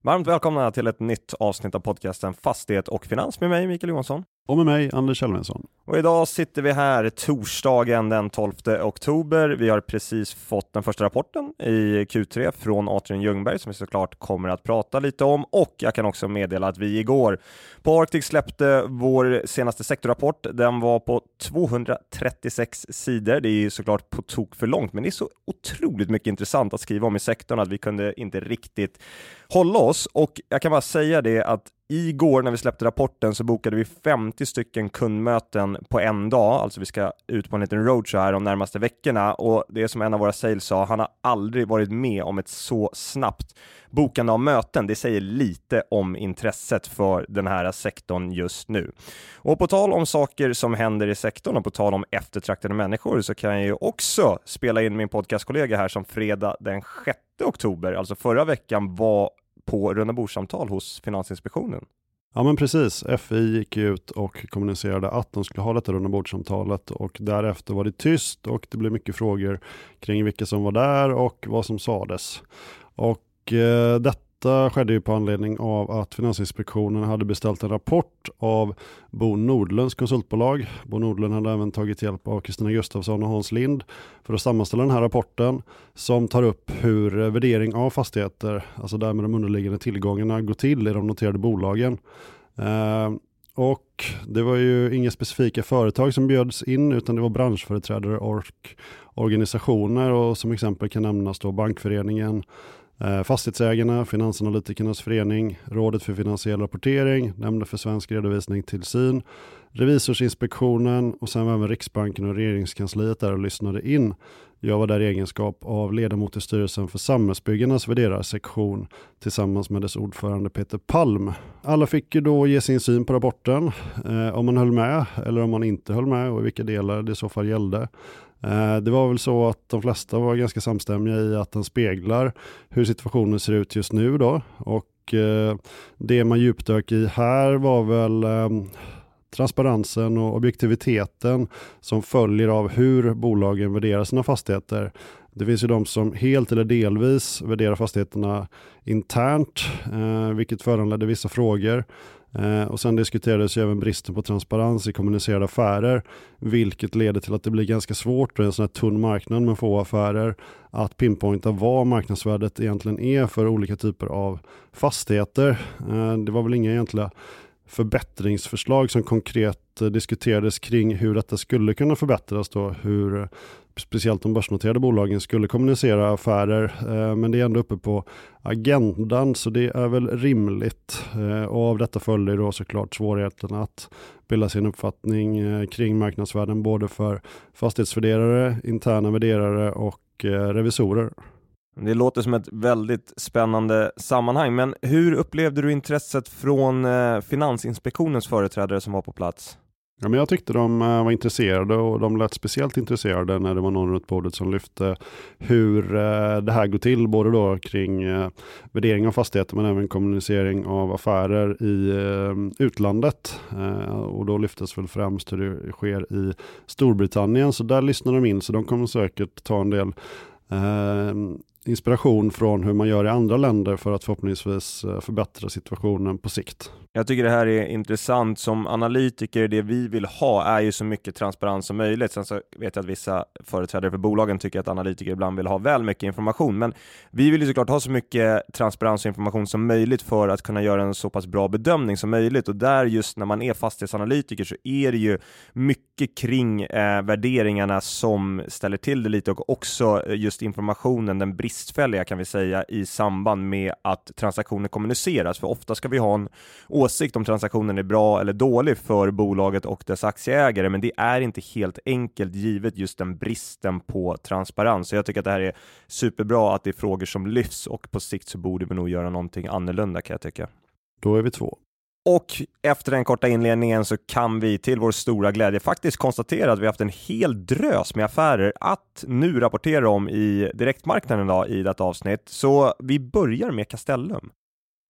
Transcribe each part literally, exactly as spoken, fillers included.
Varmt välkomna till ett nytt avsnitt av podcasten Fastighet och Finans med mig, Mikael Johansson. Och med mig, Anders Kjellmensson. Och idag sitter vi här torsdagen den tolfte oktober. Vi har precis fått den första rapporten i Q tre från Atrium Ljungberg som vi såklart kommer att prata lite om. Och jag kan också meddela att vi igår på Arctic släppte vår senaste sektorrapport. Den var på tvåhundratrettiosex sidor. Det är ju såklart på tok för långt, men det är så otroligt mycket intressant att skriva om i sektorn att vi kunde inte riktigt hålla oss. Och jag kan bara säga det att igår när vi släppte rapporten så bokade vi femtio stycken kundmöten på en dag. Alltså vi ska ut på en liten roadshow här de närmaste veckorna. Och det är som en av våra sales sa, han har aldrig varit med om ett så snabbt bokande av möten. Det säger lite om intresset för den här sektorn just nu. Och på tal om saker som händer i sektorn och på tal om eftertraktade människor så kan jag ju också spela in min podcastkollega här som fredag den sjätte oktober, alltså förra veckan, var på rundabordssamtal hos Finansinspektionen. Ja men precis, F I gick ut och kommunicerade att de skulle ha detta rundabordssamtalet och därefter var det tyst och det blev mycket frågor kring vilka som var där och vad som sades. Och eh, detta skedde ju på anledning av att Finansinspektionen hade beställt en rapport av Bo Nordlunds konsultbolag. Bo Nordlund hade även tagit hjälp av Kristina Gustafsson och Hans Lind för att sammanställa den här rapporten som tar upp hur värdering av fastigheter, alltså därmed de underliggande tillgångarna, går till i de noterade bolagen. Eh, och det var ju inga specifika företag som bjöds in utan det var branschföreträdare och organisationer, och som exempel kan nämnas då Bankföreningen, Eh, Fastighetsägarna, Finansanalytikernas förening, Rådet för finansiell rapportering, Nämnden för svensk redovisning tillsyn, Revisorsinspektionen och sen även Riksbanken och regeringskansliet där och lyssnade in. Jag var där i egenskap av ledamot i styrelsen för Samhällsbyggarnas värderarsektion tillsammans med dess ordförande Peter Palm. Alla fick ju då ge sin syn på rapporten, eh, om man höll med eller om man inte höll med och i vilka delar det i så fall gällde. Det var väl så att de flesta var ganska samstämmiga i att den speglar hur situationen ser ut just nu då. Och det man djupdök i här var väl transparensen och objektiviteten som följer av hur bolagen värderar sina fastigheter. Det finns ju de som helt eller delvis värderar fastigheterna internt, vilket föranledde vissa frågor. Eh, och sen diskuterades ju även bristen på transparens i kommunicerade affärer, vilket leder till att det blir ganska svårt i en sån här tunn marknad med få affärer att pinpointa vad marknadsvärdet egentligen är för olika typer av fastigheter. Eh, det var väl inga egentliga förbättringsförslag som konkret diskuterades kring hur detta skulle kunna förbättras då, hur speciellt de börsnoterade bolagen skulle kommunicera affärer, men det är ändå uppe på agendan så det är väl rimligt, och av detta följer då såklart svårigheten att bilda sin uppfattning kring marknadsvärden både för fastighetsvärderare, interna värderare och revisorer. Det låter som ett väldigt spännande sammanhang, men hur upplevde du intresset från Finansinspektionens företrädare som var på plats? Ja, men jag tyckte de var intresserade och de lät speciellt intresserade när det var någon runt bordet som lyfte hur det här går till, både då kring värdering av fastigheter men även kommunicering av affärer i utlandet. Och då lyftes väl främst hur det sker i Storbritannien, så där lyssnar de in, så de kommer säkert ta en del eh, inspiration från hur man gör i andra länder för att förhoppningsvis förbättra situationen på sikt. Jag tycker det här är intressant. Som analytiker, det vi vill ha är ju så mycket transparens som möjligt. Sen så vet jag att vissa företrädare för bolagen tycker att analytiker ibland vill ha väl mycket information. Men vi vill ju såklart ha så mycket transparens och information som möjligt för att kunna göra en så pass bra bedömning som möjligt. Och där just när man är fastighetsanalytiker så är det ju mycket kring eh, värderingarna som ställer till det lite, och också just informationen, den bristfälliga kan vi säga, i samband med att transaktioner kommuniceras. För ofta ska vi ha en åsikt om transaktionen är bra eller dålig för bolaget och dess aktieägare, men det är inte helt enkelt givet just den bristen på transparens. Så jag tycker att det här är superbra att det är frågor som lyfts, och på sikt så borde vi nog göra någonting annorlunda, kan jag tycka. Då är vi två. Och efter den korta inledningen så kan vi till vår stora glädje faktiskt konstatera att vi har haft en hel drös med affärer att nu rapportera om i direktmarknaden idag i detta avsnitt. Så vi börjar med Castellum.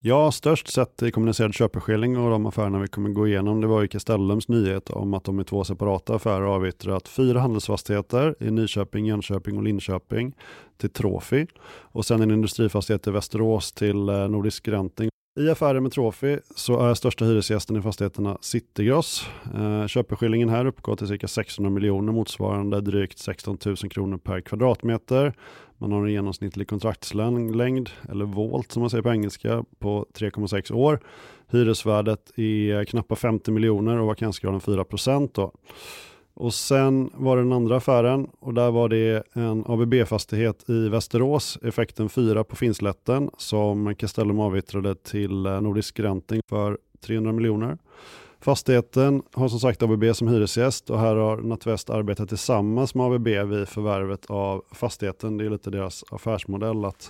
Ja, störst sett i kommunicerad köpeskilling och de affärerna vi kommer gå igenom, det var ju Castellums nyhet om att de i två separata affärer avyttrat fyra handelsfastigheter i Nyköping, Jönköping och Linköping till Trophy och sen en industrifastighet i Västerås till Nordisk Renting. I affären med Trophy så är största hyresgästen i fastigheterna Citygross. Eh, köpeskillingen här uppgår till cirka sexhundra miljoner, motsvarande drygt sexton tusen kronor per kvadratmeter. Man har en genomsnittlig kontraktslängd, eller volt som man säger på engelska, på tre komma sex år. Hyresvärdet är knappt femtio miljoner och vakansgraden fyra procent då. Och sen var det den andra affären och där var det en A B B-fastighet i Västerås, effekten fyra på Finslätten, som Castellum avyttrade till Nordisk Renting för trehundra miljoner. Fastigheten har som sagt A B B som hyresgäst och här har Nattväst arbetat tillsammans med A B B vid förvärvet av fastigheten. Det är lite deras affärsmodell att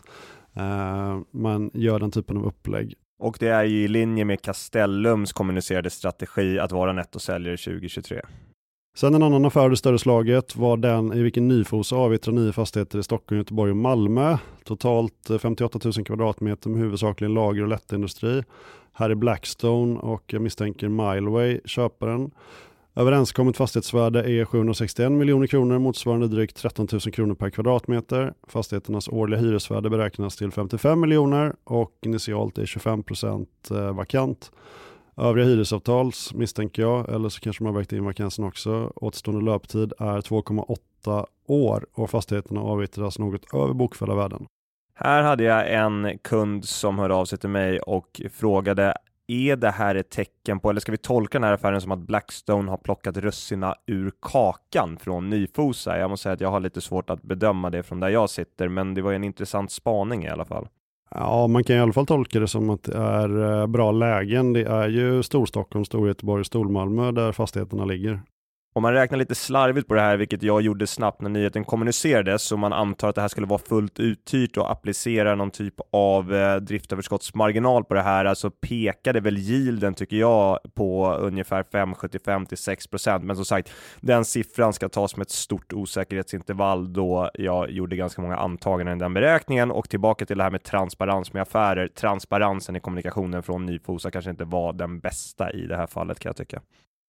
eh, man gör den typen av upplägg. Och det är ju i linje med Castellums kommunicerade strategi att vara nettosäljare tjugo tjugotre. Sen en annan affär i större slaget var den i vilken Nyfosa avyttrar nio fastigheter i Stockholm, Göteborg och Malmö. Totalt femtioåtta tusen kvadratmeter med huvudsakligen lager och lättindustri. Här är Blackstone och jag misstänker Mileway köparen. Överenskommet fastighetsvärde är sjuhundrasextioen miljoner kronor, motsvarande drygt tretton tusen kronor per kvadratmeter. Fastigheternas årliga hyresvärde beräknas till femtiofem miljoner och initialt är tjugofem procent vakant. Övriga hyresavtals misstänker jag, eller så kanske man har vägt in vakansen också. Återstående löptid är två komma åtta år och fastigheterna avyttras något över bokförda värden. Här hade jag en kund som hörde av sig till mig och frågade: är det här ett tecken på, eller ska vi tolka den här affären som att Blackstone har plockat russina ur kakan från Nyfosa? Jag måste säga att jag har lite svårt att bedöma det från där jag sitter, men det var en intressant spaning i alla fall. Ja, man kan i alla fall tolka det som att det är bra lägen. Det är ju Storstockholm, Storgöteborg och Stormalmö där fastigheterna ligger. Om man räknar lite slarvigt på det här, vilket jag gjorde snabbt när nyheten kommunicerades, så man antar att det här skulle vara fullt uthyrt och applicera någon typ av eh, driftöverskottsmarginal på det här, alltså pekade väl yielden tycker jag på ungefär fem komma sjuttiofem till sex procent, men som sagt, den siffran ska tas med ett stort osäkerhetsintervall då jag gjorde ganska många antaganden i den beräkningen. Och tillbaka till det här med transparens med affärer, transparensen i kommunikationen från Nyfosa kanske inte var den bästa i det här fallet, kan jag tycka.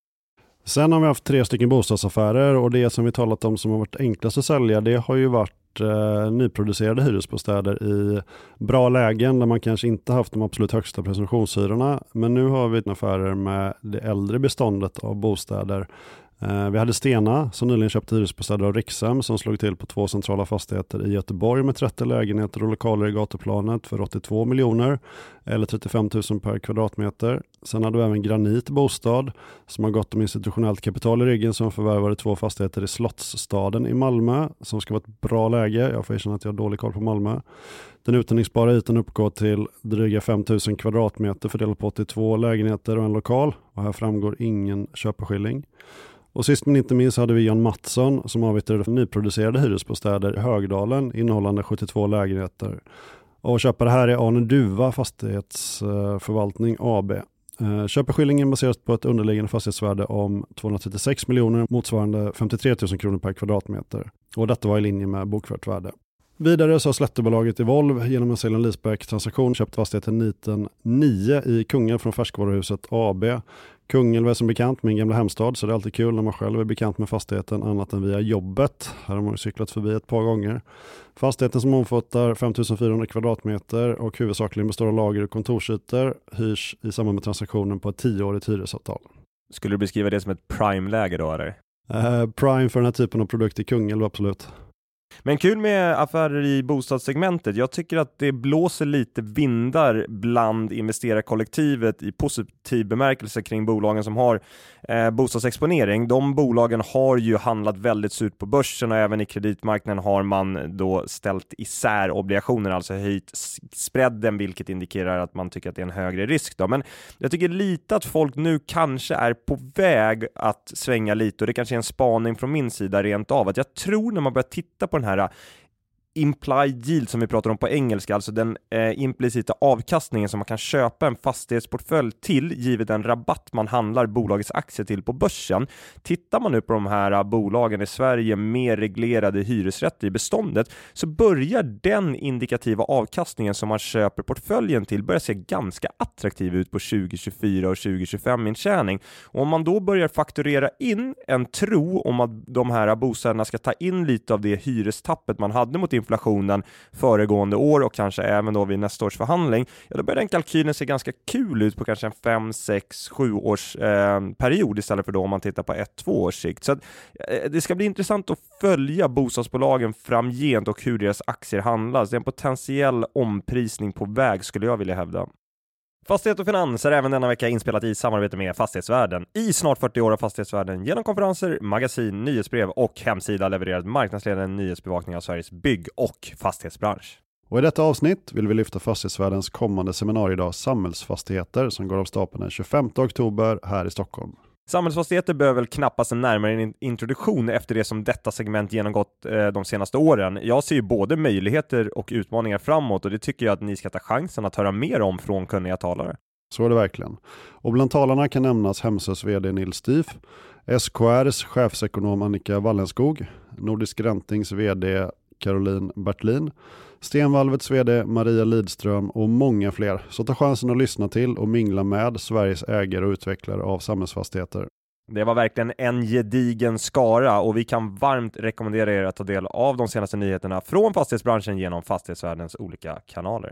Sen har vi haft tre stycken bostadsaffärer och det som vi talat om som har varit enklast att sälja, det har ju varit eh, nyproducerade hyresbostäder i bra lägen där man kanske inte haft de absolut högsta presumtionshyrorna. Men nu har vi affärer med det äldre beståndet av bostäder. Eh, vi hade Stena som nyligen köpte hyresbostäder av Rikshem som slog till på två centrala fastigheter i Göteborg med trettio lägenheter och lokaler i gatuplanet för åttiotvå miljoner eller trettiofem tusen per kvadratmeter. Sen hade vi även Granit Bostad som har gått om institutionellt kapital i ryggen som förvärvade två fastigheter i Slottsstaden i Malmö som ska vara ett bra läge. Jag får erkänna att jag har dålig koll på Malmö. Den uthyrningsbara ytan uppgår till dryga fem tusen kvadratmeter fördelat på åttiotvå lägenheter och en lokal. Och här framgår ingen köpeskilling. Och sist men inte minst hade vi Jan Mattsson som avyttrade nyproducerade hyresbostäder i Högdalen innehållande sjuttiotvå lägenheter. Och köpare här är Arne Duva Fastighetsförvaltning A B. Köpeskillingen baseras på ett underliggande fastighetsvärde om tvåhundratrettiosex miljoner motsvarande femtiotre tusen kronor per kvadratmeter. Och detta var i linje med bokfört värde. Vidare så har Slättebolaget Evolve genom en sälj- och leaseback-transaktion köpt fastigheten Niten nio i Kungälv från Färskvaruhuset A B. Kungälv är som bekant min gamla hemstad så det är alltid kul när man själv är bekant med fastigheten annat än via jobbet. Här har man cyklat förbi ett par gånger. Fastigheten som omfattar fem tusen fyrahundra kvadratmeter och huvudsakligen består av lager och kontorsytor hyrs i samband med transaktionen på ett tioårigt hyresavtal. Skulle du beskriva det som ett prime-läge då eller? Uh, prime för den här typen av produkt i Kungälv, absolut. Men kul med affärer i bostadssegmentet. Jag tycker att det blåser lite vindar bland investerarkollektivet i positiv bemärkelse kring bolagen som har eh, bostadsexponering. De bolagen har ju handlat väldigt surt på börsen och även i kreditmarknaden har man då ställt isär obligationer, alltså höjt spreaden, vilket indikerar att man tycker att det är en högre risk då. Men jag tycker lite att folk nu kanske är på väg att svänga lite och det kanske är en spaning från min sida rent av att jag tror när man börjar titta på den här implied yield som vi pratar om på engelska, alltså den eh, implicita avkastningen som man kan köpa en fastighetsportfölj till givet den rabatt man handlar bolagets aktier till på börsen. Tittar man nu på de här uh, bolagen i Sverige med reglerade hyresrätter i beståndet, så börjar den indikativa avkastningen som man köper portföljen till börja se ganska attraktiv ut på tjugo tjugofyra och tjugo tjugofem intjäning. Och om man då börjar fakturera in en tro om att de här bostäderna ska ta in lite av det hyrestappet man hade mot inflationen föregående år och kanske även då vid nästa års förhandling, ja, då börjar den kalkylen se ganska kul ut på kanske en fem, sex, sju års eh, period istället för då om man tittar på ett, två års sikt. Så att, eh, det ska bli intressant att följa bostadsbolagen framgent och hur deras aktier handlas. Det är en potentiell omprisning på väg, skulle jag vilja hävda. Fastighet och finans är även denna vecka inspelat i samarbete med Fastighetsvärlden. I snart fyrtio år av Fastighetsvärlden genom konferenser, magasin, nyhetsbrev och hemsida levererat marknadsledande nyhetsbevakning av Sveriges bygg- och fastighetsbransch. Och i detta avsnitt vill vi lyfta Fastighetsvärdens kommande seminariedag Samhällsfastigheter som går av stapeln den tjugofemte oktober här i Stockholm. Samhällsfastigheter behöver väl knappast en närmare introduktion efter det som detta segment genomgått eh, de senaste åren. Jag ser ju både möjligheter och utmaningar framåt och det tycker jag att ni ska ta chansen att höra mer om från kunniga talare. Så är det verkligen. Och bland talarna kan nämnas Hemsös vd Nils Stief, S K R:s chefsekonom Annika Wallenskog, Nordisk Räntings vd Caroline Bertlin, Stenvalvets vd Maria Lidström och många fler. Så ta chansen att lyssna till och mingla med Sveriges ägare och utvecklare av samhällsfastigheter. Det var verkligen en gedigen skara och vi kan varmt rekommendera er att ta del av de senaste nyheterna från fastighetsbranschen genom Fastighetsvärdens olika kanaler.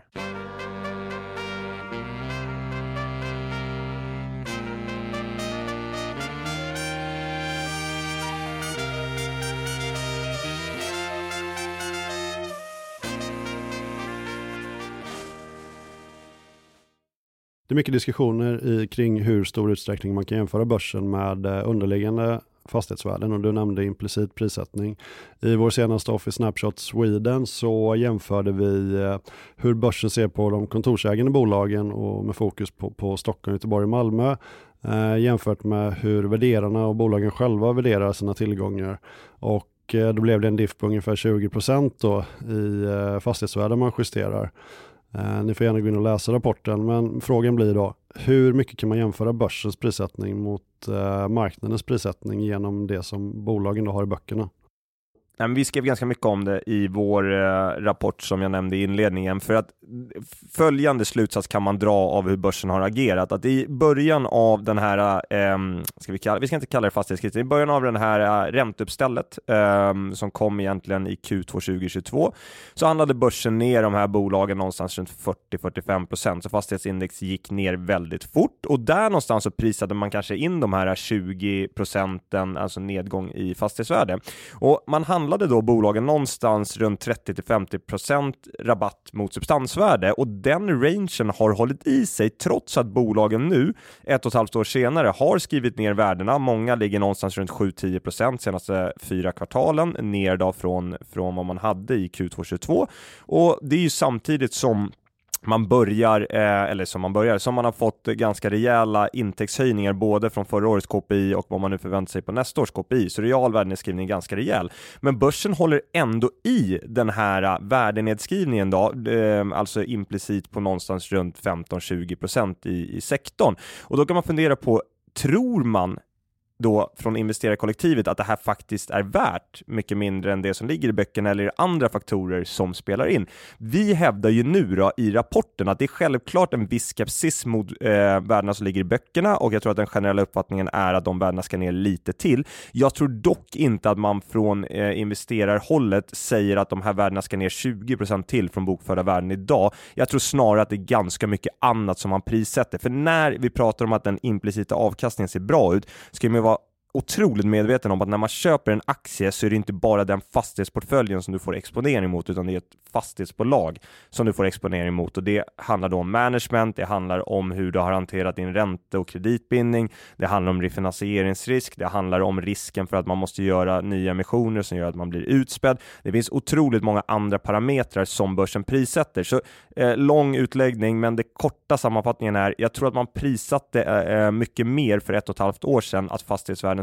Det är mycket diskussioner i, kring hur stor utsträckning man kan jämföra börsen med underliggande fastighetsvärden och du nämnde implicit prissättning. I vår senaste Office Snapshot Sweden så jämförde vi hur börsen ser på de kontorsägande bolagen och med fokus på, på Stockholm, Göteborg och Malmö eh, jämfört med hur värderarna och bolagen själva värderar sina tillgångar. Och eh, då blev det en diff på ungefär tjugo procent då i eh, fastighetsvärden man justerar. Eh, ni får gärna gå in och läsa rapporten, men frågan blir då, hur mycket kan man jämföra börsens prissättning mot eh, marknadens prissättning genom det som bolagen då har i böckerna? Nej, men vi skrev ganska mycket om det i vår eh, rapport som jag nämnde i inledningen, för att följande slutsats kan man dra av hur börsen har agerat. Att i början av den här, eh, ska vi, kalla, vi ska inte kalla det fastighetskrisen, i början av den här eh, ränteuppstället eh, som kom egentligen i Q två tjugo tjugotvå, så handlade börsen ner de här bolagen någonstans runt fyrtio till fyrtiofem procent, så fastighetsindex gick ner väldigt fort och där någonstans så prisade man kanske in de här tjugo procenten, alltså nedgång i fastighetsvärde. Och man handlade då bolagen någonstans runt trettio till femtio procent rabatt mot substansvärde och den rangen har hållit i sig trots att bolagen nu ett och ett halvt år senare har skrivit ner värdena. Många ligger någonstans runt sju till tio procent senaste fyra kvartalen ner då från, från vad man hade i Q två tjugotvå och det är ju samtidigt som man börjar, eh, eller som man börjar, som man har fått ganska rejäla intäktshöjningar både från förra årets K P I och vad man nu förväntar sig på nästa års K P I. Så realvärdenedskrivning är ganska rejäl. Men börsen håller ändå i den här värdenedskrivningen då, eh, alltså implicit på någonstans runt femton till tjugo procent i, i sektorn. Och då kan man fundera på, tror man då från investerarkollektivet att det här faktiskt är värt mycket mindre än det som ligger i böckerna eller andra faktorer som spelar in. Vi hävdar ju nu då i rapporten att det är självklart en viss skepsis mot eh, värdena som ligger i böckerna och jag tror att den generella uppfattningen är att de värdena ska ner lite till. Jag tror dock inte att man från eh, investerarhållet säger att de här värdena ska ner tjugo procent till från bokförda värden idag. Jag tror snarare att det är ganska mycket annat som man prissätter. För när vi pratar om att den implicita avkastningen ser bra ut ska man vara otroligt medveten om att när man köper en aktie så är det inte bara den fastighetsportföljen som du får exponering mot utan det är ett fastighetsbolag som du får exponering mot och det handlar då om management, det handlar om hur du har hanterat din ränte- och kreditbindning, det handlar om refinansieringsrisk, det handlar om risken för att man måste göra nya emissioner som gör att man blir utspädd. Det finns otroligt många andra parametrar som börsen prissätter. Så eh, lång utläggning, men det korta sammanfattningen är, jag tror att man prissatte eh, mycket mer för ett och ett halvt år sedan att fastighetsvärden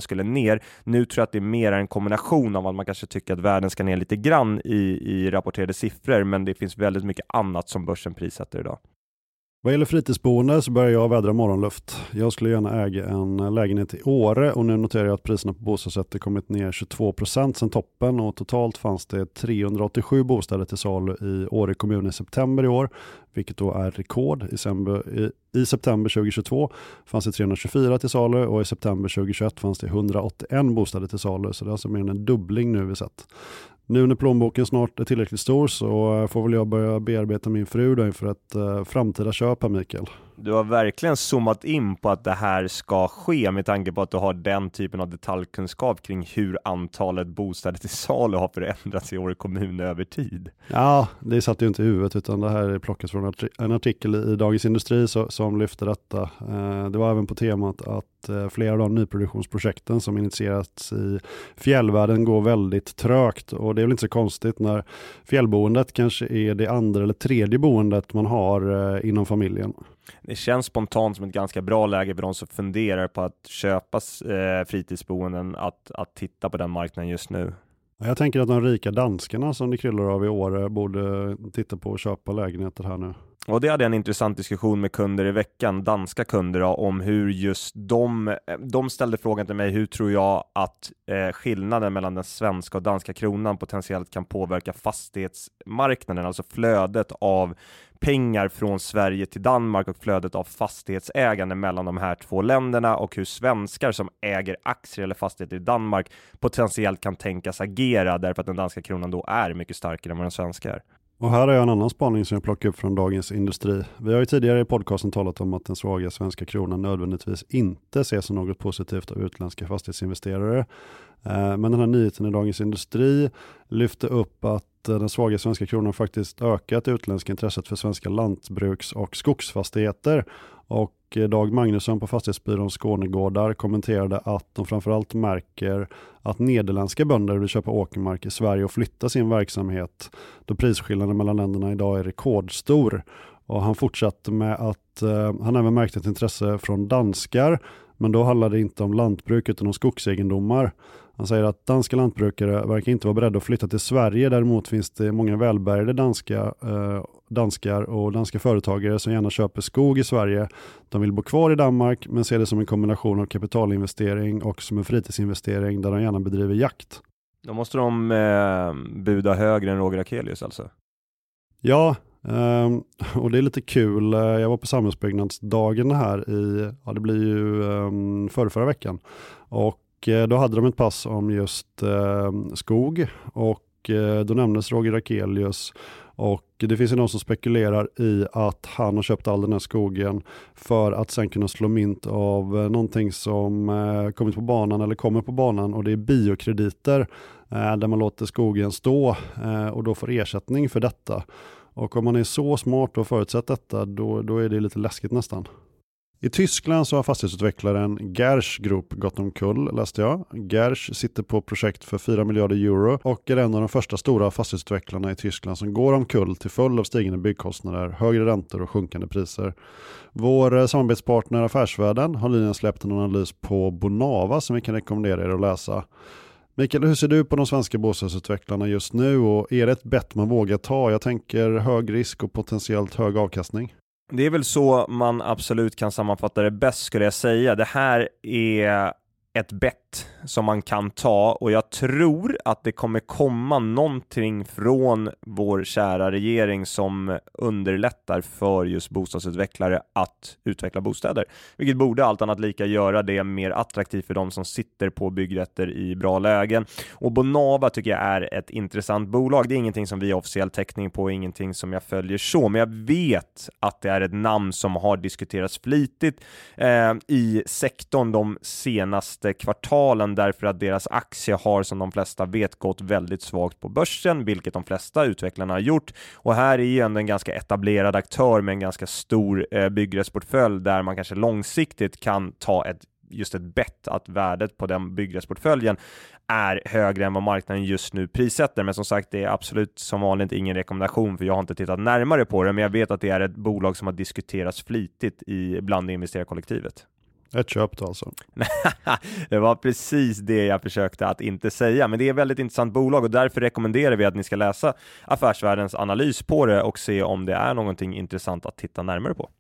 skulle ner. Nu tror jag att det är mer en kombination av att man kanske tycker att värden ska ner lite grann i, i rapporterade siffror, men det finns väldigt mycket annat som börsen prissätter idag. Vad gäller fritidsboende så börjar jag vädra morgonluft. Jag skulle gärna äga en lägenhet i Åre och nu noterar jag att priserna på bostadsrätter kommit ner tjugotvå procent sedan toppen och totalt fanns det trehundraåttiosju bostäder till salu i Åre kommun i september i år, vilket då är rekord. I, sember, i, i september tjugohundratjugotvå fanns det trehundratjugofyra till salu och i september tjugohundratjugoett fanns det hundraåttioen bostäder till salu, så det är alltså mer än en dubbling nu vi sett. Nu när plånboken snart är tillräckligt stor så får väl jag börja bearbeta min fru då inför ett uh, framtida köp här, Mikael. Du har verkligen zoomat in på att det här ska ske med tanke på att du har den typen av detaljkunskap kring hur antalet bostäder till salu har förändrats i Åre kommun över tid. Ja, det satt ju inte i huvudet utan det här är plockat från en artikel i Dagens Industri som lyfter detta. Det var även på temat att flera av de nyproduktionsprojekten som initierats i fjällvärlden går väldigt trögt, och det är väl inte så konstigt när fjällboendet kanske är det andra eller tredje boendet man har inom familjen. Det känns spontant som ett ganska bra läge för de som funderar på att köpa eh, fritidsboenden att, att titta på den marknaden just nu. Jag tänker att de rika danskarna som det kryllar av i år borde titta på att köpa lägenheter här nu. Och det hade en intressant diskussion med kunder i veckan, danska kunder då, om hur just de, de ställde frågan till mig, hur tror jag att eh, skillnaden mellan den svenska och danska kronan potentiellt kan påverka fastighetsmarknaden, alltså flödet av pengar från Sverige till Danmark och flödet av fastighetsägande mellan de här två länderna, och hur svenskar som äger aktier eller fastigheter i Danmark potentiellt kan tänkas agera därför att den danska kronan då är mycket starkare än vad den svenska är. Och här har jag en annan spaning som jag plockar upp från Dagens Industri. Vi har ju tidigare i podcasten talat om att den svaga svenska kronan nödvändigtvis inte ses som något positivt av utländska fastighetsinvesterare. Men den här nyheten i Dagens Industri lyfte upp att den svaga svenska kronan faktiskt ökat utländska intresset för svenska lantbruks- och skogsfastigheter. Och Dag Magnusson på fastighetsbyrån Skånegårdar kommenterade att de framförallt märker att nederländska bönder vill köpa åkermark i Sverige och flytta sin verksamhet då prisskillnaden mellan länderna idag är rekordstor. Och han fortsatte med att eh, han även märkte ett intresse från danskar, men då handlar det inte om lantbruk utan om skogsegendomar. Han säger att danska lantbrukare verkar inte vara beredda att flytta till Sverige. Däremot finns det många välbärgade danska, eh, danskar och danska företagare som gärna köper skog i Sverige. De vill bo kvar i Danmark men ser det som en kombination av kapitalinvestering och som en fritidsinvestering där de gärna bedriver jakt. Då måste de eh, buda högre än Roger Akelius alltså? Ja, Um, och det är lite kul. Jag var på samhällsbyggnadsdagen här i, ja det blir ju um, förra, förra veckan. Och uh, då hade de ett pass om just uh, skog. Och uh, då nämndes Roger Akelius. Och det finns ju någon som spekulerar i att han har köpt all den här skogen för att sen kunna slå mynt av uh, någonting som uh, kommit på banan eller kommer på banan. Och det är biokrediter uh, där man låter skogen stå uh, och då får ersättning för detta. Och om man är så smart och förutsett detta, då, då är det lite läskigt nästan. I Tyskland så har fastighetsutvecklaren Gersh Group gått omkull, läste jag. Gersh sitter på projekt för fyra miljarder euro och är en av de första stora fastighetsutvecklarna i Tyskland som går omkull till följd av stigande byggkostnader, högre räntor och sjunkande priser. Vår samarbetspartner Affärsvärlden har nyligen släppt en analys på Bonava som vi kan rekommendera er att läsa. Mikael, hur ser du på de svenska bostadsutvecklarna just nu och är det ett bett man vågar ta? Jag tänker hög risk och potentiellt hög avkastning. Det är väl så man absolut kan sammanfatta det bäst, skulle jag säga. Det här är ett bett som man kan ta, och jag tror att det kommer komma någonting från vår kära regering som underlättar för just bostadsutvecklare att utveckla bostäder, vilket borde allt annat lika göra det mer attraktivt för de som sitter på byggrätter i bra lägen. Och Bonava tycker jag är ett intressant bolag. Det är ingenting som vi har officiell täckning på, ingenting som jag följer så, men jag vet att det är ett namn som har diskuterats flitigt eh, i sektorn de senaste kvartalen, därför att deras aktie har, som de flesta vet, gått väldigt svagt på börsen, vilket de flesta utvecklarna har gjort. Och här är ju ändå en ganska etablerad aktör med en ganska stor eh, byggrättsportfölj där man kanske långsiktigt kan ta ett just ett bett att värdet på den byggrättsportföljen är högre än vad marknaden just nu prissätter. Men som sagt, det är absolut som vanligt ingen rekommendation, för jag har inte tittat närmare på det, men jag vet att det är ett bolag som har diskuterats flitigt i bland investerarkollektivet. Ett köp då alltså. Det var precis det jag försökte att inte säga, men det är ett väldigt intressant bolag och därför rekommenderar vi att ni ska läsa Affärsvärldens analys på det och se om det är någonting intressant att titta närmare på.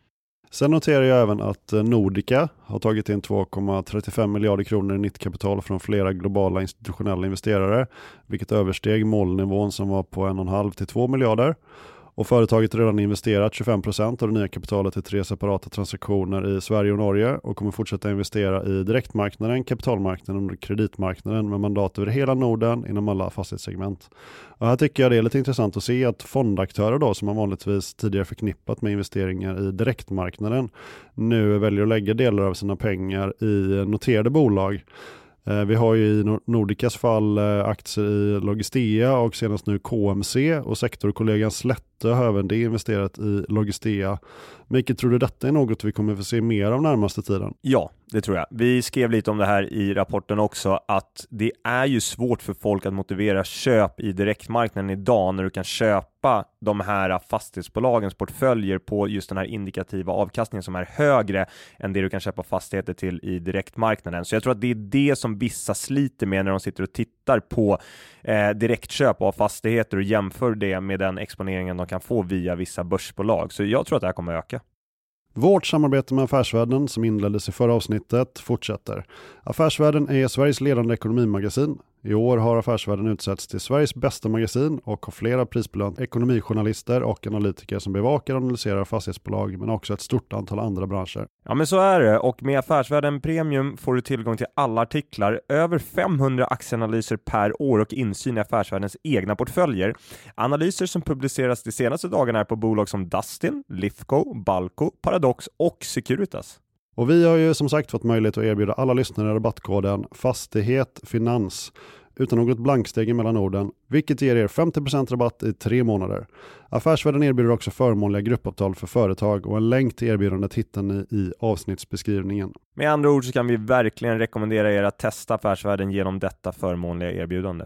Sen noterar jag även att Nordica har tagit in två komma trettiofem miljarder kronor i nytt kapital från flera globala institutionella investerare, vilket översteg målnivån som var på en komma fem till två miljarder. Och företaget har redan investerat tjugofem procent av det nya kapitalet i tre separata transaktioner i Sverige och Norge och kommer fortsätta investera i direktmarknaden, kapitalmarknaden och kreditmarknaden med mandat över hela Norden inom alla fastighetssegment. Och här tycker jag det är lite intressant att se att fondaktörer då, som man vanligtvis tidigare förknippat med investeringar i direktmarknaden, nu väljer att lägga delar av sina pengar i noterade bolag. Vi har ju i Nordicas fall aktier i Logistea och senast nu K M C, och sektorkollegan Slätte har även det investerat i Logistea. Mikael, tror du detta är något vi kommer få se mer av närmaste tiden? Ja, det tror jag. Vi skrev lite om det här i rapporten också, att det är ju svårt för folk att motivera köp i direktmarknaden idag när du kan köpa de här fastighetsbolagens portföljer på just den här indikativa avkastningen som är högre än det du kan köpa fastigheter till i direktmarknaden. Så jag tror att det är det som vissa sliter med när de sitter och tittar på eh, direktköp av fastigheter och jämför det med den exponeringen de kan få via vissa börsbolag. Så jag tror att det här kommer öka. Vårt samarbete med Affärsvärlden som inleddes i förra avsnittet fortsätter. Affärsvärlden är Sveriges ledande ekonomimagasin. I år har Affärsvärlden utsetts till Sveriges bästa magasin och har flera prisbelönt ekonomijournalister och analytiker som bevakar och analyserar fastighetsbolag, men också ett stort antal andra branscher. Ja, men så är det, och med Affärsvärlden Premium får du tillgång till alla artiklar, över femhundra aktieanalyser per år och insyn i Affärsvärldens egna portföljer. Analyser som publiceras de senaste dagarna är på bolag som Dustin, Lifco, Balco, Paradox och Securitas. Och vi har ju som sagt fått möjlighet att erbjuda alla lyssnare rabattkoden Fastighet Finans utan något blanksteg mellan orden, vilket ger er femtio procent rabatt i tre månader. Affärsvärlden erbjuder också förmånliga gruppavtal för företag och en länk till erbjudandet hittar ni i avsnittsbeskrivningen. Med andra ord så kan vi verkligen rekommendera er att testa Affärsvärlden genom detta förmånliga erbjudande.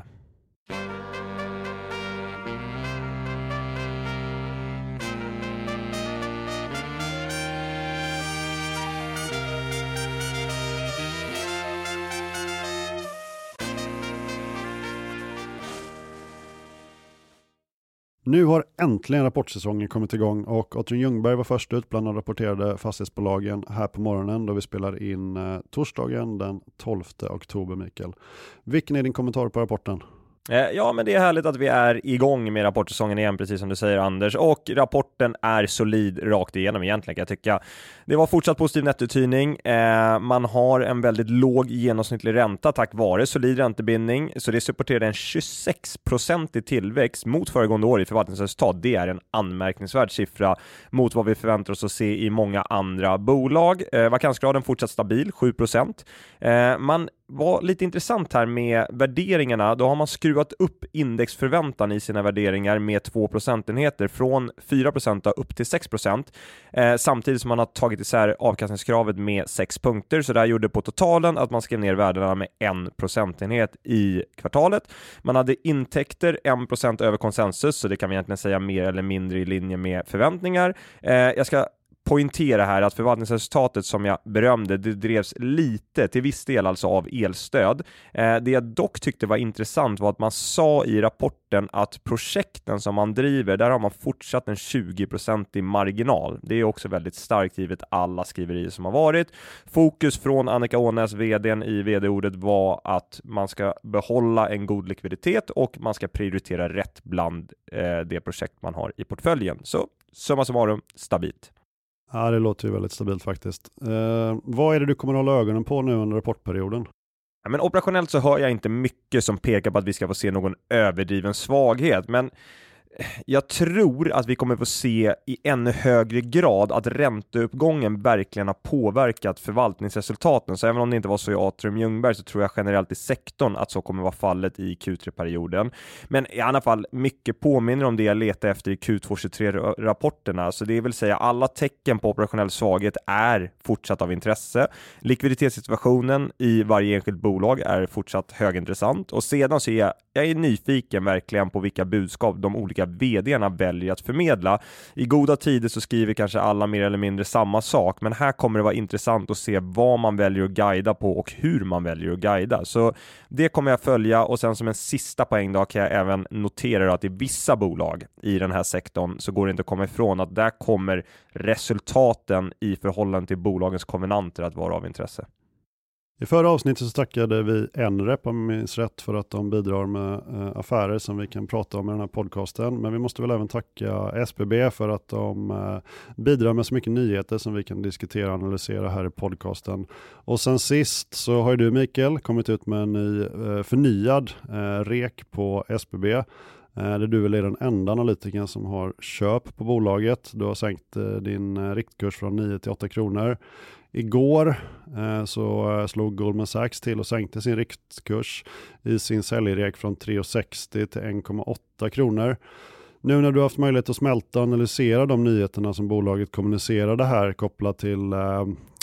Nu har äntligen rapportsäsongen kommit igång och Atrium Ljungberg var först ut bland de rapporterade fastighetsbolagen här på morgonen då vi spelar in eh, torsdagen den tolfte oktober, Mikael. Vilken är din kommentar på rapporten? Ja, men det är härligt att vi är igång med rapportsäsongen igen, precis som du säger, Anders. Och rapporten är solid rakt igenom egentligen, kan jag tycka. Det var fortsatt positiv nettouthyrning. Eh, man har en väldigt låg genomsnittlig ränta tack vare solid räntebindning. Så det supporterar en tjugosex procent i tillväxt mot föregående år i förvaltningsresultat. Det är en anmärkningsvärd siffra mot vad vi förväntar oss att se i många andra bolag. Eh, vakansgraden fortsatt stabil, sju procent. Eh, man var lite intressant här med värderingarna. Då har man skruvat upp indexförväntan i sina värderingar med två procentenheter från fyra procent upp till sex procent. Eh, samtidigt som man har tagit isär avkastningskravet med sex punkter. Så det här gjorde på totalen att man skrev ner värdena med en procentenhet i kvartalet. Man hade intäkter en procent över konsensus, så det kan vi egentligen säga mer eller mindre i linje med förväntningar. Eh, jag ska poängtera här att förvaltningsresultatet som jag berömde, det drevs lite till viss del alltså av elstöd. Eh, det jag dock tyckte var intressant var att man sa i rapporten att projekten som man driver, där har man fortsatt en tjugo procent i marginal. Det är också väldigt starkt givet alla skriverier som har varit. Fokus från Annika Ånäs, vdn i vd-ordet, var att man ska behålla en god likviditet och man ska prioritera rätt bland eh, det projekt man har i portföljen. Så summa summarum, stabilt. Ja, det låter ju väldigt stabilt faktiskt. Eh, vad är det du kommer att hålla ögonen på nu under rapportperioden? Ja, men operationellt så hör jag inte mycket som pekar på att vi ska få se någon överdriven svaghet, men jag tror att vi kommer få se i ännu högre grad att ränteuppgången verkligen har påverkat förvaltningsresultaten. Så även om det inte var så i Atrium Ljungberg så tror jag generellt i sektorn att så kommer vara fallet i Q tre-perioden. Men i alla fall mycket påminner om det jag letar efter i Q två tjugotre-rapporterna. Så det vill säga alla tecken på operationell svaghet är fortsatt av intresse. Likviditetssituationen i varje enskilt bolag är fortsatt högintressant. Och sedan så är jag jag är nyfiken verkligen på vilka budskap de olika vdarna väljer att förmedla. I goda tider så skriver kanske alla mer eller mindre samma sak, men här kommer det vara intressant att se vad man väljer att guida på och hur man väljer att guida. Så det kommer jag följa, och sen som en sista poäng då kan jag även notera att i vissa bolag i den här sektorn så går det inte att komma ifrån att där kommer resultaten i förhållande till bolagens konvenanter att vara av intresse. I förra avsnittet så tackade vi Nrep, om jag minns rätt, för att de bidrar med eh, affärer som vi kan prata om i den här podcasten. Men vi måste väl även tacka S B B för att de eh, bidrar med så mycket nyheter som vi kan diskutera och analysera här i podcasten. Och sen sist så har ju du, Mikael, kommit ut med en ny eh, förnyad eh, rek på S B B. Eh, där du väl är den enda analytikern som har köp på bolaget. Du har sänkt eh, din eh, riktkurs från nio till åtta kronor. Igår eh, så slog Goldman Sachs till och sänkte sin riktkurs i sin säljrek från tre komma sextio till en komma åtta kronor. Nu när du har haft möjlighet att smälta och analysera de nyheterna som bolaget kommunicerade här kopplat till eh,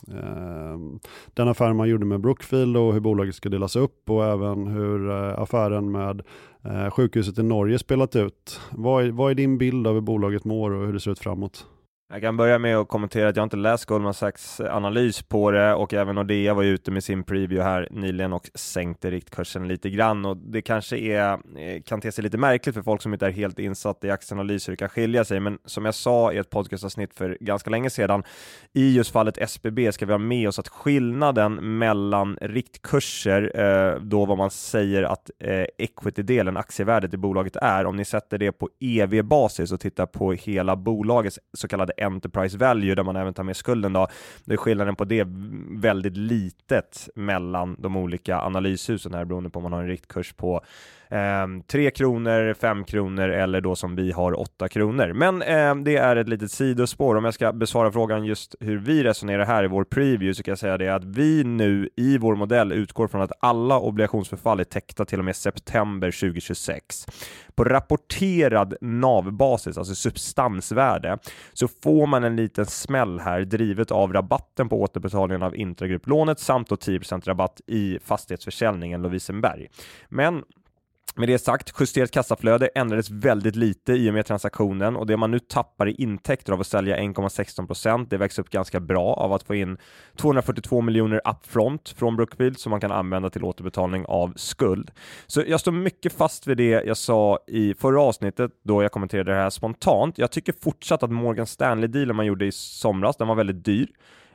eh, den affären man gjorde med Brookfield och hur bolaget ska delas upp, och även hur eh, affären med eh, sjukhuset i Norge spelat ut. Vad är, vad är din bild av hur bolaget mår och hur det ser ut framåt? Jag kan börja med att kommentera att jag inte läst Goldman Sachs analys på det, och även Nordea var ute med sin preview här nyligen och sänkte riktkursen lite grann, och det kanske är, kan te sig lite märkligt för folk som inte är helt insatt i aktieanalyser, det kan skilja sig, men som jag sa i ett podcastavsnitt för ganska länge sedan, i just fallet S B B ska vi ha med oss att skillnaden mellan riktkurser, eh, då vad man säger att eh, equity-delen, aktievärdet i bolaget är, om ni sätter det på E V-basis och tittar på hela bolagets så kallade enterprise value, där man även tar med skulden då, det är skillnaden på det väldigt litet mellan de olika analyshusen här, beroende på om man har en riktkurs på eh, tre kronor, fem kronor eller då som vi har åtta kronor. Men eh, det är ett litet sidospår. Om jag ska besvara frågan just hur vi resonerar här i vår preview, så kan jag säga det att vi nu i vår modell utgår från att alla obligationsförfall är täckta till och med september tjugohundratjugosex. På rapporterad N A V-basis, alltså substansvärde, så får man en liten smäll här drivet av rabatten på återbetalningen av intragrupplånet samt då tio procent rabatt i fastighetsförsäljningen Lovisenberg. Men med det sagt, justerat kassaflöde ändrades väldigt lite i och med transaktionen, och det man nu tappar i intäkter av att sälja en komma sexton procent, det växer upp ganska bra av att få in tvåhundrafyrtiotvå miljoner upfront från Brookfield som man kan använda till återbetalning av skuld. Så jag står mycket fast vid det jag sa i förra avsnittet då jag kommenterade det här spontant. Jag tycker fortsatt att Morgan Stanley-dealen man gjorde i somras, den var väldigt dyr.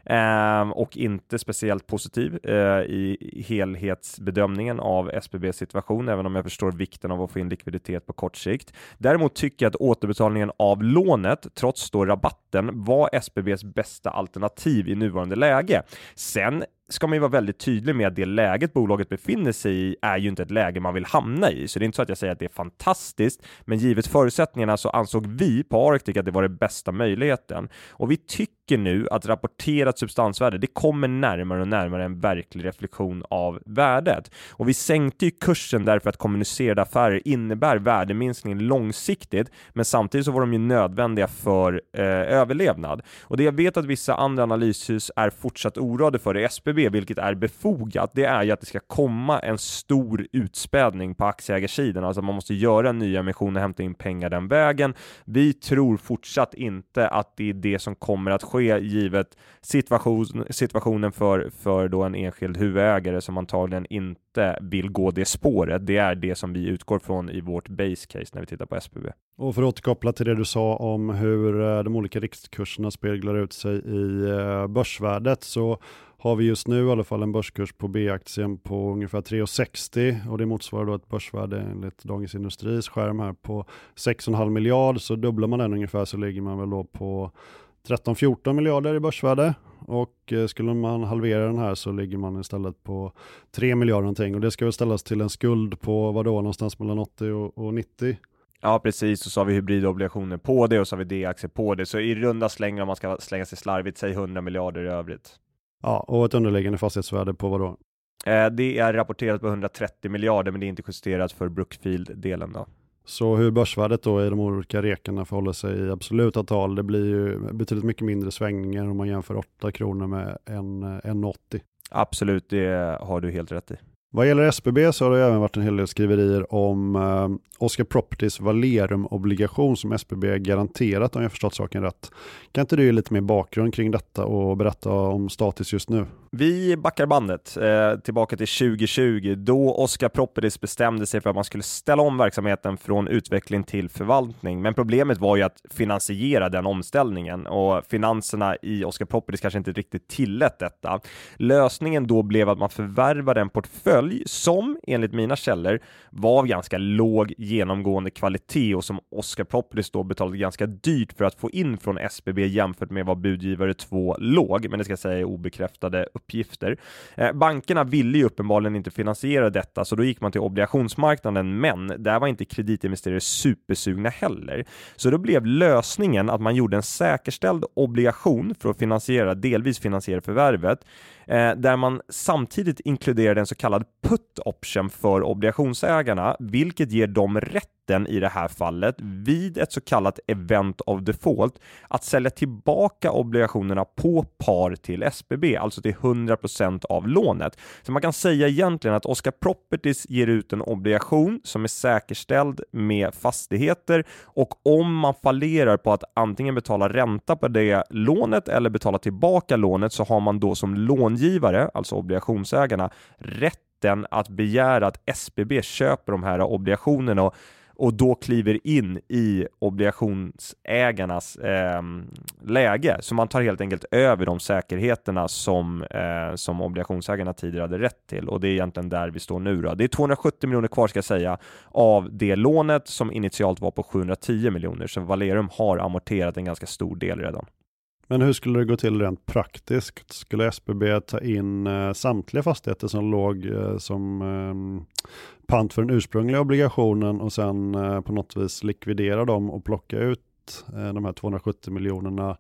Eh, och inte speciellt positiv eh, i helhetsbedömningen av S B B:s situation, även om jag förstår vikten av att få in likviditet på kort sikt. Däremot tycker jag att återbetalningen av lånet, trots då rabatten, var S B B:s bästa alternativ i nuvarande läge. Sen ska man ju vara väldigt tydlig med att det läget bolaget befinner sig i är ju inte ett läge man vill hamna i. Så det är inte så att jag säger att det är fantastiskt, men givet förutsättningarna så ansåg vi på Arctic att det var den bästa möjligheten. Och vi tycker nu att rapporterat substansvärde, det kommer närmare och närmare en verklig reflektion av värdet. Och vi sänkte ju kursen därför att kommunicerade affärer innebär värdeminskning långsiktigt, men samtidigt så var de ju nödvändiga för eh, överlevnad. Och det jag vet att vissa andra analyshus är fortsatt oroade för i S B B, vilket är befogat, det är ju att det ska komma en stor utspädning på aktieägarsidan. Alltså man måste göra en ny emission och hämta in pengar den vägen. Vi tror fortsatt inte att det är det som kommer att ske givet situation, situationen för, för då en enskild huvudägare som antagligen inte vill gå det spåret. Det är det som vi utgår från i vårt base case när vi tittar på S B B. Och för att återkoppla till det du sa om hur de olika riktkurserna speglar ut sig i börsvärdet, så har vi just nu i alla fall en börskurs på B-aktien på ungefär tre komma sextio, och det motsvarar då ett börsvärde enligt Dagens Industris skärm här på sex komma fem miljard. Så dubblar man den ungefär så ligger man väl då på tretton fjorton miljarder i börsvärde, och skulle man halvera den här så ligger man istället på tre miljarder någonting, och det ska väl ställas till en skuld på vad då, någonstans mellan åttio och nittio. Ja, precis. Och så har vi hybridobligationer på det och så har vi D-aktier på det. Så i runda slängar, om man ska slänga sig slarvigt, säg hundra miljarder i övrigt. Ja, och ett underliggande fastighetsvärde på vad då? Eh, det är rapporterat på hundratrettio miljarder, men det är inte justerat för Brookfield-delen då. Så hur börsvärdet då i de olika rekarna förhåller sig i absoluta tal, det blir ju betydligt mycket mindre svängningar om man jämför åtta kronor med en, en åttio. Absolut, det har du helt rätt i. Vad gäller S B B så har det även varit en hel del skriverier om eh, Oscar Properties Valerum-obligation som S B B garanterat, om jag förstått saken rätt. Kan inte du ge lite mer bakgrund kring detta och berätta om status just nu? Vi backar bandet eh, tillbaka till tjugo tjugo då Oscar Properties bestämde sig för att man skulle ställa om verksamheten från utveckling till förvaltning. Men problemet var ju att finansiera den omställningen och finanserna i Oscar Properties kanske inte riktigt tillät detta. Lösningen då blev att man förvärvade en portfölj som enligt mina källor var av ganska låg genomgående kvalitet och som Oscar Properties då betalade ganska dyrt för att få in från S B B jämfört med vad budgivare två låg, men det ska jag säga är obekräftade uppgifter. Eh, bankerna ville ju uppenbarligen inte finansiera detta, så då gick man till obligationsmarknaden, men där var inte kreditinvesterare supersugna heller. Så då blev lösningen att man gjorde en säkerställd obligation för att finansiera, delvis finansiera förvärvet, eh, där man samtidigt inkluderade en så kallad put option för obligationsägarna, vilket ger dem rätten i det här fallet vid ett så kallat event of default att sälja tillbaka obligationerna på par till S B B, alltså till hundra procent av lånet. Så man kan säga egentligen att Oscar Properties ger ut en obligation som är säkerställd med fastigheter, och om man fallerar på att antingen betala ränta på det lånet eller betala tillbaka lånet, så har man då som långivare, alltså obligationsägarna, rätten att begära att S B B köper de här obligationerna och och då kliver in i obligationsägarnas eh, läge. Så man tar helt enkelt över de säkerheterna som, eh, som obligationsägarna tidigare hade rätt till. Och det är egentligen där vi står nu då. Det är tvåhundrasjuttio miljoner kvar, ska jag säga, av det lånet som initialt var på sjuhundratio miljoner. Så Valerum har amorterat en ganska stor del redan. Men hur skulle det gå till rent praktiskt? Skulle S B B ta in eh, samtliga fastigheter som låg eh, som eh, pant för den ursprungliga obligationen och sen eh, på något vis likvidera dem och plocka ut eh, de här tvåhundrasjuttio miljonerna?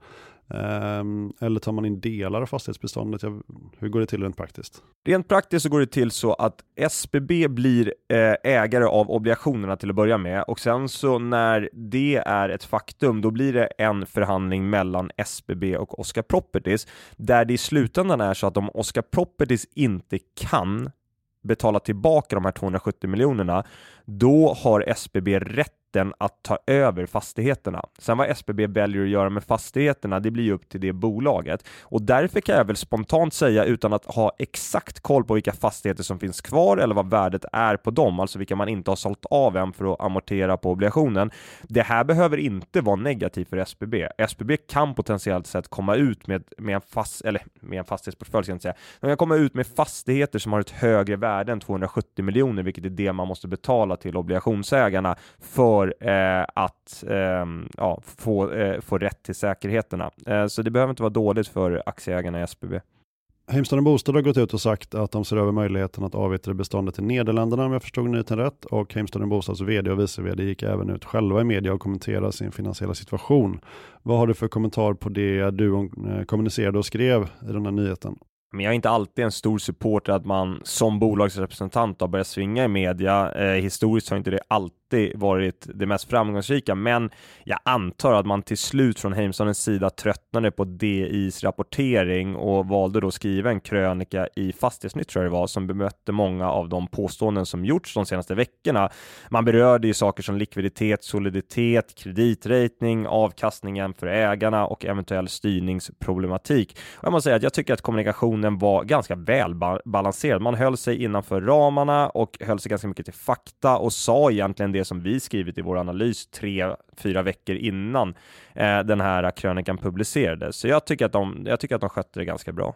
Eh, eller tar man in delar av fastighetsbeståndet? Jag, hur går det till rent praktiskt? Rent praktiskt så går det till så att S B B blir eh, ägare av obligationerna till att börja med, och sen så när det är ett faktum, då blir det en förhandling mellan S B B och Oscar Properties, där det i slutändan är så att om Oscar Properties inte kan betala tillbaka de här tvåhundrasjuttio miljonerna, då har S B B rätt att ta över fastigheterna. Sen vad S B B väljer att göra med fastigheterna, det blir upp till det bolaget. Och därför kan jag väl spontant säga, utan att ha exakt koll på vilka fastigheter som finns kvar eller vad värdet är på dem, alltså vilka man inte har sålt av än för att amortera på obligationen. Det här behöver inte vara negativt för S B B. S B B kan potentiellt sett komma ut med, med, en, fast, eller med en fastighetsportfölj, ska jag inte säga. De kan komma ut med fastigheter som har ett högre värde än tvåhundrasjuttio miljoner, vilket är det man måste betala till obligationsägarna för För, eh, att eh, ja, få, eh, få rätt till säkerheterna. Eh, så det behöver inte vara dåligt för aktieägarna i S B B. Heimstaden Bostad har gått ut och sagt att de ser över möjligheten att avyttra beståndet till Nederländerna, om jag förstod nyheten rätt. Och Heimstaden Bostads vd och vice vd gick även ut själva i media och kommenterade sin finansiella situation. Vad har du för kommentar på det du kommunicerade och skrev i den här nyheten? Men jag är inte alltid en stor supporter att man som bolagsrepresentant har börjat svinga i media. Eh, historiskt har inte det alltid varit det mest framgångsrika, men jag antar att man till slut från Heimstadens sida tröttnade på D I:s rapportering och valde då att skriva en krönika i Fastighetsnytt, tror jag det var, som bemötte många av de påståenden som gjorts de senaste veckorna. Man berörde ju saker som likviditet, soliditet, kreditrating, avkastningen för ägarna och eventuell styrningsproblematik. Och jag måste säga att jag tycker att kommunikationen var ganska välbalanserad. Man höll sig innanför ramarna och höll sig ganska mycket till fakta och sa egentligen det som vi skrivit i vår analys tre, fyra veckor innan eh, den här krönikan publicerades. Så jag tycker att de, jag tycker att de skötte det ganska bra.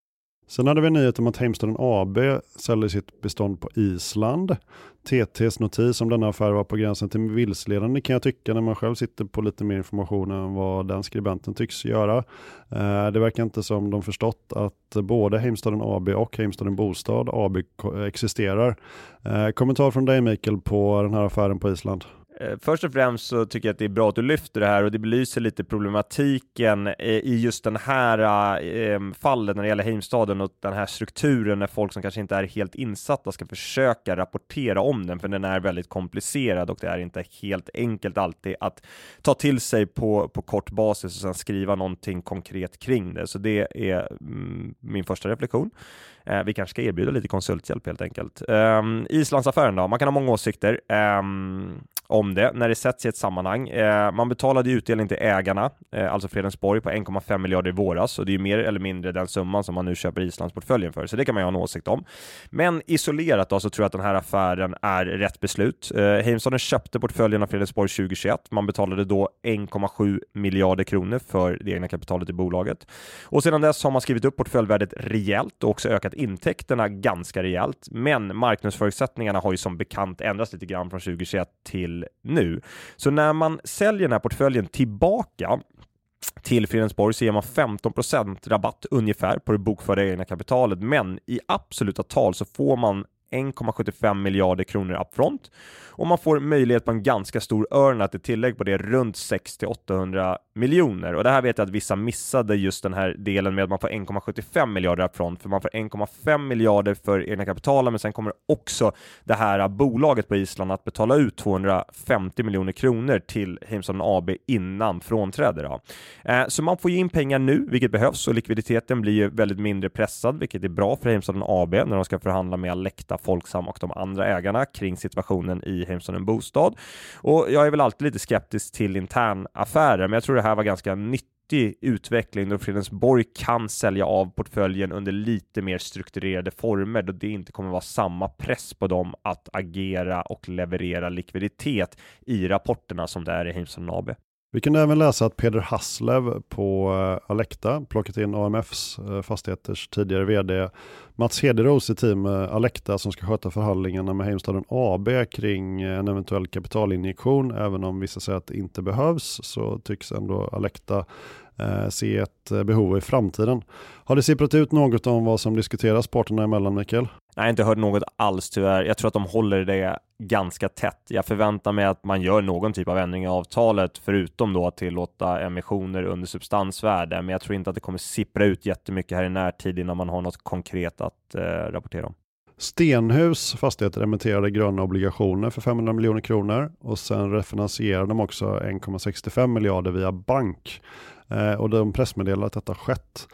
Sen hade vi en nyhet om att Heimstaden A B säljer sitt bestånd på Island. T T:s notis om denna affär var på gränsen till vilsledande, kan jag tycka, när man själv sitter på lite mer information än vad den skribenten tycks göra. Eh, det verkar inte som de förstått att både Heimstaden A B och Heimstaden Bostad A B existerar. Eh, kommentar från dig, Mikael, på den här affären på Island? Först och främst så tycker jag att det är bra att du lyfter det här och det belyser lite problematiken i just den här eh, fallet när det gäller Heimstaden och den här strukturen när folk som kanske inte är helt insatta ska försöka rapportera om den, för den är väldigt komplicerad och det är inte helt enkelt alltid att ta till sig på, på kort basis och sen skriva någonting konkret kring det. Så det är mm, min första reflektion. Eh, vi kanske ska erbjuda lite konsulthjälp helt enkelt. Eh, Islandsaffären då, man kan ha många åsikter eh, om det när det sätts i ett sammanhang. Eh, man betalade utdelning till ägarna, eh, alltså Fredensborg, på en komma fem miljarder i våras och det är mer eller mindre den summan som man nu köper Islandsportföljen för, så det kan man ju ha en åsikt om. Men isolerat då så tror jag att den här affären är rätt beslut. Eh, Heimstaden köpte portföljen av Fredensborg tjugohundratjugoett. Man betalade då en komma sju miljarder kronor för det egna kapitalet i bolaget. Och sedan dess har man skrivit upp portföljvärdet rejält och också ökat intäkterna ganska rejält. Men marknadsförutsättningarna har ju som bekant ändrats lite grann från tjugohundratjugoett till nu. Så när man säljer den här portföljen tillbaka till Fredensborg så ger man femton procent rabatt ungefär på det bokförda egna kapitalet, men i absoluta tal så får man en komma sjuttiofem miljarder kronor upfront och man får möjlighet på en ganska stor earn-out i tillägg på det runt sex till åttahundra miljoner. Och det här vet jag att vissa missade, just den här delen med att man får en komma sjuttiofem miljarder upfront, för man får en komma fem miljarder för egna kapitalet, men sen kommer också det här bolaget på Island att betala ut tvåhundrafemtio miljoner kronor till Heimstaden A B innan frånträde då. Eh, så man får ju in pengar nu, vilket behövs, och likviditeten blir ju väldigt mindre pressad, vilket är bra för Heimstaden A B när de ska förhandla med Alecta, Folksam och de andra ägarna kring situationen i Heimstaden Bostad. Och jag är väl alltid lite skeptisk till intern affärer, men jag tror det här var ganska nyttig utveckling då Fredensborg kan sälja av portföljen under lite mer strukturerade former, då det inte kommer vara samma press på dem att agera och leverera likviditet i rapporterna som det är i Heimstaden A B. Vi kan även läsa att Peder Haslev på Alecta plockat in A M Fs fastigheters tidigare vd Mats Hederos i team Alecta som ska sköta förhandlingarna med Heimstaden A B kring en eventuell kapitalinjektion. Även om vissa säger att det inte behövs så tycks ändå Alecta eh, se ett behov i framtiden. Har det sipprat ut något om vad som diskuteras parterna emellan, Mikael? Nej, jag har inte hört något alls tyvärr. Jag tror att de håller det ganska tätt. Jag förväntar mig att man gör någon typ av ändring i avtalet, förutom då att tillåta emissioner under substansvärde. Men jag tror inte att det kommer sippra ut jättemycket här i närtid innan man har något konkret att eh, rapportera om. Stenhus fastigheter emitterade gröna obligationer för femhundra miljoner kronor och sen refinansierade de också en komma sextiofem miljarder via bank. Eh, och de pressmeddelade att detta skett.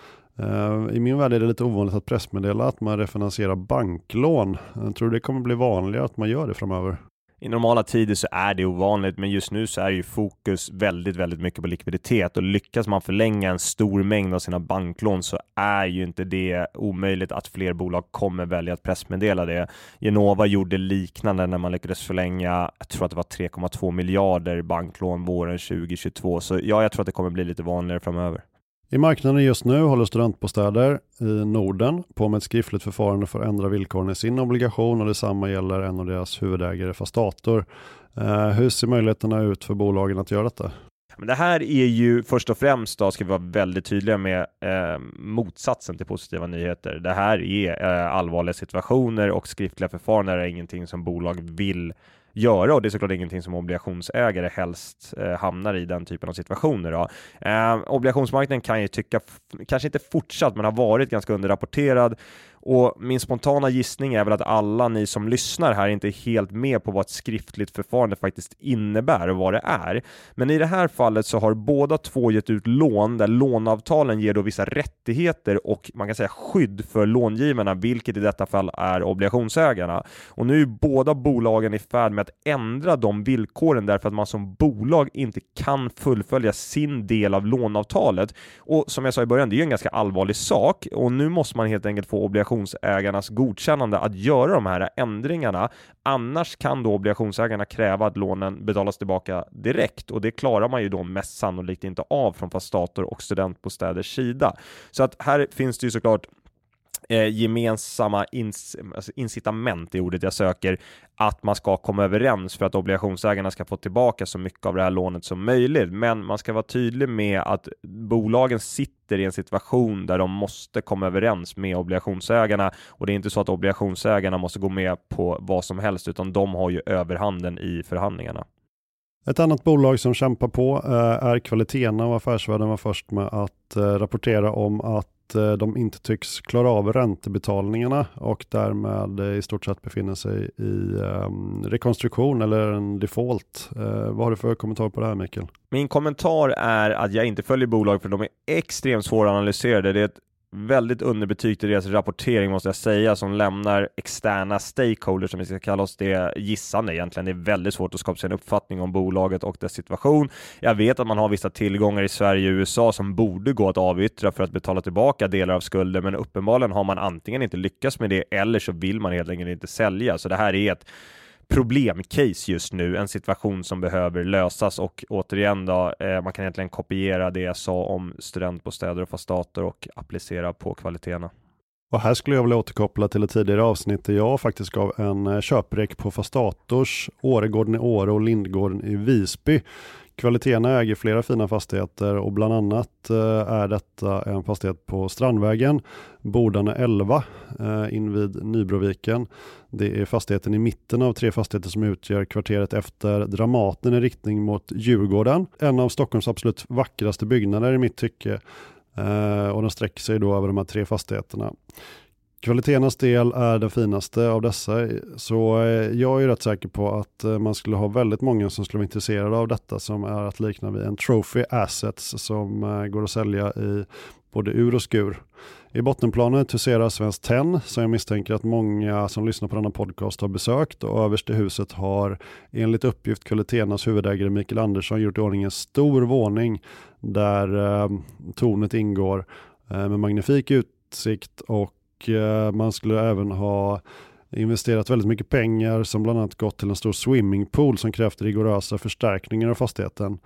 I min värld är det lite ovanligt att pressmeddela att man refinansierar banklån. Jag tror det kommer bli vanligare att man gör det framöver. I normala tider så är det ovanligt, men just nu så är ju fokus väldigt, väldigt mycket på likviditet, och lyckas man förlänga en stor mängd av sina banklån så är ju inte det omöjligt att fler bolag kommer välja att pressmeddela det. Genova gjorde liknande när man lyckades förlänga, jag tror att det var tre komma två miljarder banklån våren tjugohundratjugotvå, så ja, jag tror att det kommer bli lite vanligare framöver. I marknaden just nu håller studentbostäder i Norden på med ett skriftligt förfarande för att ändra villkoren i sin obligation, och detsamma gäller en av deras huvudägare Fastator. Eh, hur ser möjligheterna ut för bolagen att göra detta? Men det här är ju först och främst, då ska vi vara väldigt tydliga med, eh, motsatsen till positiva nyheter. Det här är eh, allvarliga situationer, och skriftliga förfaranden är ingenting som bolag vill göra, och det är såklart ingenting som obligationsägare helst eh, hamnar i den typen av situationer då. Eh, obligationsmarknaden kan ju tycka, f- kanske inte fortsatt, men har varit ganska underrapporterad, och min spontana gissning är väl att alla ni som lyssnar här inte är helt med på vad ett skriftligt förfarande faktiskt innebär och vad det är. Men i det här fallet så har båda två gett ut lån där lånavtalen ger då vissa rättigheter och man kan säga skydd för långivarna, vilket i detta fall är obligationsägarna. Och nu är båda bolagen i färd med att ändra de villkoren därför att man som bolag inte kan fullfölja sin del av lånavtalet. Och som jag sa i början, det är ju en ganska allvarlig sak, och nu måste man helt enkelt få obligationsägarna obligationsägarnas godkännande att göra de här ändringarna. Annars kan då obligationsägarna kräva att lånen betalas tillbaka direkt, och det klarar man ju då mest sannolikt inte av från Fastator och studentbostäders sida. Så att här finns det ju såklart Eh, gemensamma ins- alltså incitament i ordet jag söker, att man ska komma överens för att obligationsägarna ska få tillbaka så mycket av det här lånet som möjligt. Men man ska vara tydlig med att bolagen sitter i en situation där de måste komma överens med obligationsägarna, och det är inte så att obligationsägarna måste gå med på vad som helst, utan de har ju överhanden i förhandlingarna. Ett annat bolag som kämpar på är Kvaliteena, och Affärsvärlden var först med att rapportera om att de inte tycks klara av räntebetalningarna och därmed i stort sett befinner sig i rekonstruktion eller en default. Vad har du för kommentar på det här, Mikael? Min kommentar är att jag inte följer bolag för de är extremt svåra att analysera. Det är ett väldigt underbetyg till deras rapportering, måste jag säga, som lämnar externa stakeholders, som vi ska kalla oss, det gissande egentligen. Det är väldigt svårt att skapa sig en uppfattning om bolaget och dess situation. Jag vet att man har vissa tillgångar i Sverige och U S A som borde gå att avyttra för att betala tillbaka delar av skulden, men uppenbarligen har man antingen inte lyckats med det eller så vill man helt enkelt inte sälja. Så det här är ett problemcase just nu, en situation som behöver lösas, och återigen då, eh, man kan egentligen kopiera det jag sa om studentbostäder och fastater och applicera på Kvaliteena. Och här skulle jag vilja återkoppla till ett tidigare avsnitt där jag faktiskt gav en köprek på Fastators, Åregården i Åre och Lindgården i Visby. Kvaliteena äger flera fina fastigheter och bland annat är detta en fastighet på Strandvägen, Bordarna elva, invid Nybroviken. Det är fastigheten i mitten av tre fastigheter som utgör kvarteret efter Dramaten i riktning mot Djurgården. En av Stockholms absolut vackraste byggnader i mitt tycke, och den sträcker sig då över de här tre fastigheterna. Kvaliteenas del är den finaste av dessa, så jag är rätt säker på att man skulle ha väldigt många som skulle vara intresserade av detta, som är att likna vid en trophy assets som går att sälja i både ur och skur. I bottenplanet huserar Svenskt Tenn, som jag misstänker att många som lyssnar på denna podcast har besökt, och överst i huset har enligt uppgift Kvalitenas huvudägare Mikael Andersson gjort i ordning en stor våning där eh, tornet ingår eh, med magnifik utsikt, och man skulle även ha investerat väldigt mycket pengar som bland annat gått till en stor swimmingpool som krävt rigorösa förstärkningar av fastigheten.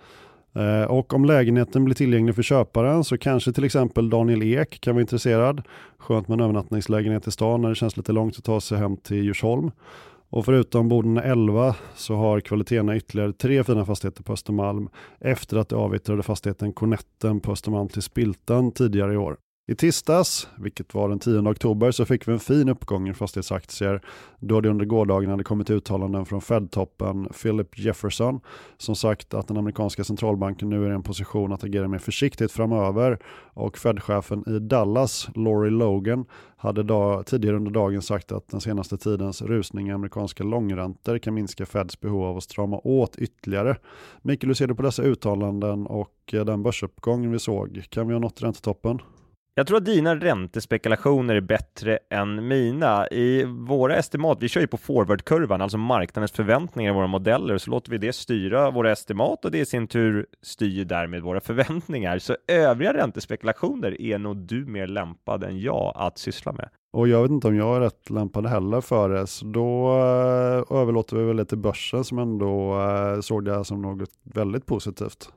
Och om lägenheten blir tillgänglig för köparen så kanske till exempel Daniel Ek kan vara intresserad. Skönt med en övernattningslägenhet i stan när det känns lite långt att ta sig hem till Djursholm. Och förutom Bordarna elva så har Kvaliteena ytterligare tre fina fastigheter på Östermalm efter att det avyttrade fastigheten Kornetten på Östermalm till Spiltan tidigare i år. I tisdags, vilket var den tionde oktober, så fick vi en fin uppgång i fastighetsaktier då det under gårdagen hade kommit uttalanden från Fed-toppen Philip Jefferson som sagt att den amerikanska centralbanken nu är i en position att agera mer försiktigt framöver, och Fed-chefen i Dallas, Lori Logan, hade dag, tidigare under dagen sagt att den senaste tidens rusning i amerikanska långräntor kan minska Feds behov av att strama åt ytterligare. Mikael, hur ser du på dessa uttalanden och den börsuppgång vi såg? Kan vi ha nått räntetoppen? Jag tror att dina räntespekulationer är bättre än mina. I våra estimat, vi kör ju på forwardkurvan, alltså marknadens förväntningar i våra modeller, så låter vi det styra våra estimat och det i sin tur styr därmed våra förväntningar. Så övriga räntespekulationer är nog du mer lämpad än jag att syssla med. Och jag vet inte om jag är rätt lämpad heller för det, så då äh, överlåter vi väl lite börsen som ändå äh, såg det som något väldigt positivt.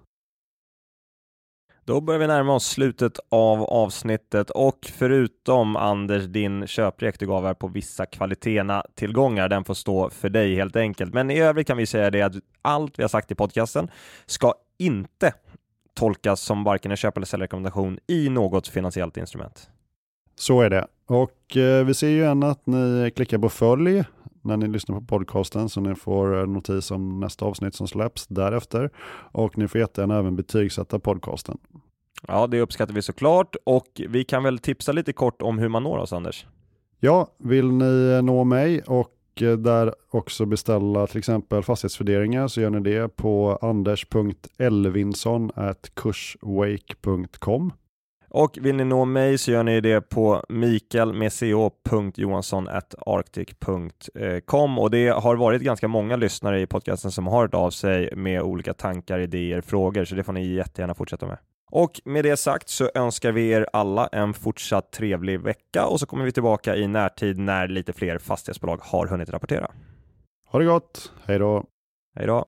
Då börjar vi närma oss slutet av avsnittet, och förutom Anders, din köprek du gav här på vissa Kvaliteena-tillgångar, den får stå för dig helt enkelt. Men i övrigt kan vi säga det att allt vi har sagt i podcasten ska inte tolkas som varken en köp- eller säljrekommendation i något finansiellt instrument. Så är det. Och eh, vi ser ju än att ni klickar på följ när ni lyssnar på podcasten, så ni får notis om nästa avsnitt som släpps därefter. Och ni får jättegärna även betygsätta podcasten. Ja, det uppskattar vi såklart. Och vi kan väl tipsa lite kort om hur man når oss, Anders. Ja, vill ni nå mig och där också beställa till exempel fastighetsvärderingar, så gör ni det på anders punkt elvinsson at kurswake punkt com. Och vill ni nå mig så gör ni det på mikael med co punkt johansson at arctic punkt com, och det har varit ganska många lyssnare i podcasten som har hört av sig med olika tankar, idéer, frågor, så det får ni jättegärna fortsätta med. Och med det sagt så önskar vi er alla en fortsatt trevlig vecka, och så kommer vi tillbaka i närtid när lite fler fastighetsbolag har hunnit rapportera. Ha det gott, hej då! Hej då!